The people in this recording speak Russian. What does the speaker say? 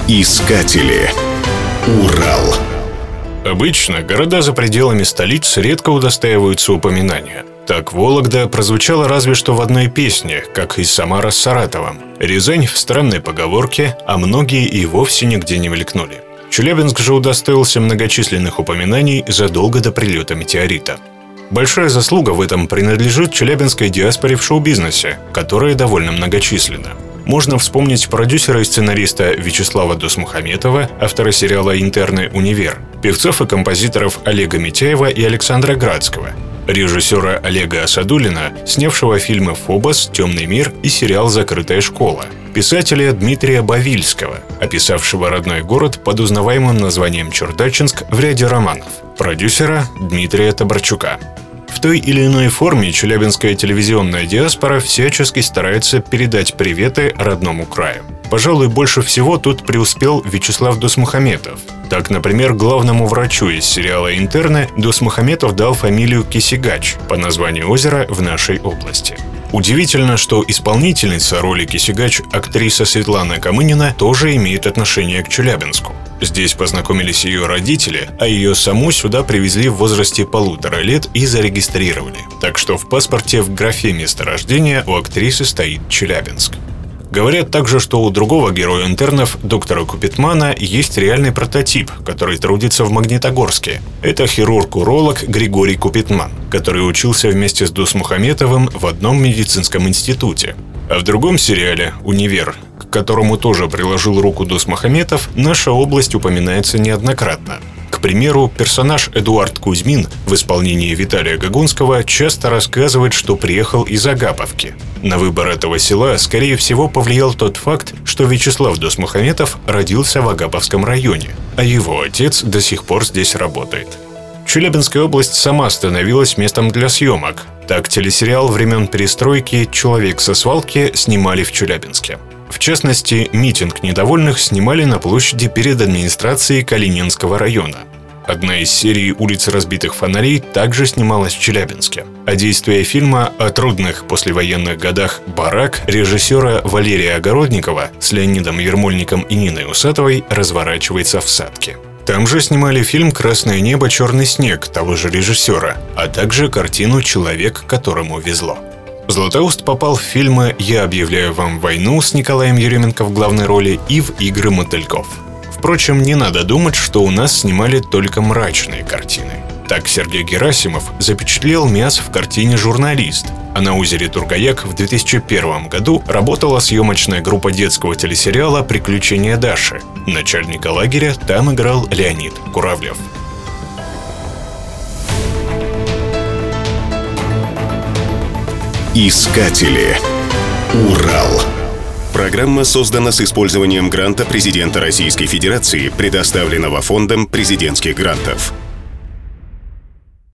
Искатели. Урал. Обычно города за пределами столиц редко удостаиваются упоминания. Так Вологда прозвучала разве что в одной песне, как и Самара с Саратовом. Рязань в странной поговорке, а многие и вовсе нигде не мелькнули. Челябинск же удостоился многочисленных упоминаний задолго до прилета метеорита. Большая заслуга в этом принадлежит челябинской диаспоре в шоу-бизнесе, которая довольно многочисленна. Можно вспомнить продюсера и сценариста Вячеслава Досмухаметова, автора сериала «Интерны. Универ», певцов и композиторов Олега Митяева и Александра Градского, режиссера Олега Асадуллина, снявшего фильмы «Фобос», «Темный мир» и сериал «Закрытая школа», писателя Дмитрия Бавильского, описавшего родной город под узнаваемым названием Чердачинск в ряде романов, продюсера Дмитрия Табарчука. В той или иной форме челябинская телевизионная диаспора всячески старается передать приветы родному краю. Пожалуй, больше всего тут преуспел Вячеслав Досмухаметов. Так, например, главному врачу из сериала «Интерны» Досмухаметов дал фамилию Кисигач по названию озера в нашей области. Удивительно, что исполнительница роли Кисигач, актриса Светлана Камынина, тоже имеет отношение к Челябинску. Здесь познакомились ее родители, а ее саму сюда привезли в возрасте 1,5 лет и зарегистрировали. Так что в паспорте в графе места рождения у актрисы стоит Челябинск. Говорят также, что у другого героя «Интернов», доктора Купитмана, есть реальный прототип, который трудится в Магнитогорске. Это хирург-уролог Григорий Купитман, который учился вместе с Досмухаметовым в одном медицинском институте. А в другом сериале «Универ», к которому тоже приложил руку Досмухаметов, наша область упоминается неоднократно. К примеру, персонаж Эдуард Кузьмин в исполнении Виталия Гогунского часто рассказывает, что приехал из Агаповки. На выбор этого села, скорее всего, повлиял тот факт, что Вячеслав Досмухаметов родился в Агаповском районе, а его отец до сих пор здесь работает. Челябинская область сама становилась местом для съемок. Так телесериал времен перестройки «Человек со свалки» снимали в Челябинске. В частности, митинг недовольных снимали на площади перед администрацией Калининского района. Одна из серий «Улиц разбитых фонарей» также снималась в Челябинске. А действие фильма о трудных послевоенных годах «Барак» режиссера Валерия Огородникова с Леонидом Ермольником и Ниной Усатовой разворачивается в Сатке. Там же снимали фильм «Красное небо, черный снег» того же режиссера, а также картину «Человек, которому везло». Златоуст попал в фильмы «Я объявляю вам войну» с Николаем Еременко в главной роли и в «Игры мотыльков». Впрочем, не надо думать, что у нас снимали только мрачные картины. Так Сергей Герасимов запечатлел мяс в картине «Журналист», а на озере Тургаяк в 2001 году работала съемочная группа детского телесериала «Приключения Даши». Начальника лагеря там играл Леонид Куравлев. Искатели. Урал. Программа создана с использованием гранта президента Российской Федерации, предоставленного Фондом президентских грантов.